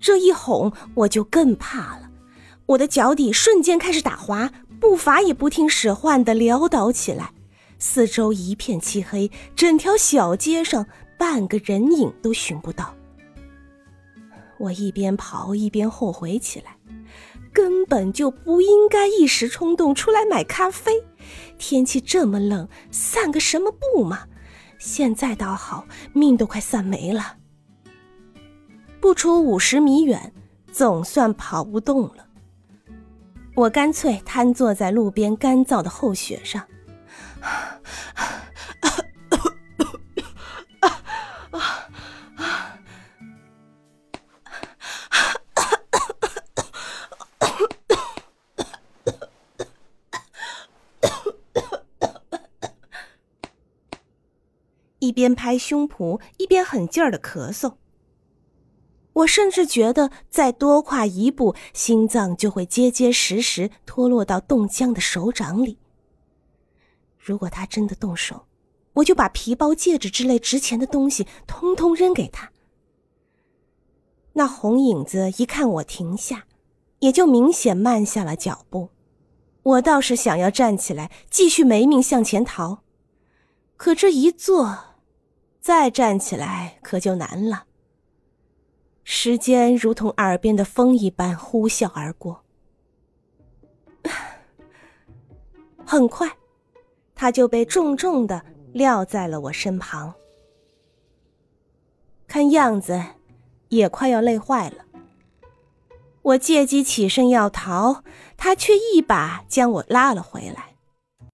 这一哄我就更怕了，我的脚底瞬间开始打滑，步伐也不听使唤地潦倒起来，四周一片漆黑，整条小街上半个人影都寻不到。我一边跑一边后悔起来，根本就不应该一时冲动出来买咖啡，天气这么冷，散个什么步嘛，现在倒好，命都快散没了。不出50米远，总算跑不动了，我干脆瘫坐在路边干燥的厚雪上。一边拍胸脯一边很劲儿地咳嗽，我甚至觉得再多跨一步，心脏就会结结实实脱落到冻僵的手掌里。如果他真的动手，我就把皮包、戒指之类值钱的东西通通扔给他。那红影子一看我停下，也就明显慢下了脚步。我倒是想要站起来继续没命向前逃，可这一坐再站起来可就难了。时间如同耳边的风一般呼啸而过，很快他就被重重地撂在了我身旁，看样子也快要累坏了。我借机起身要逃，他却一把将我拉了回来。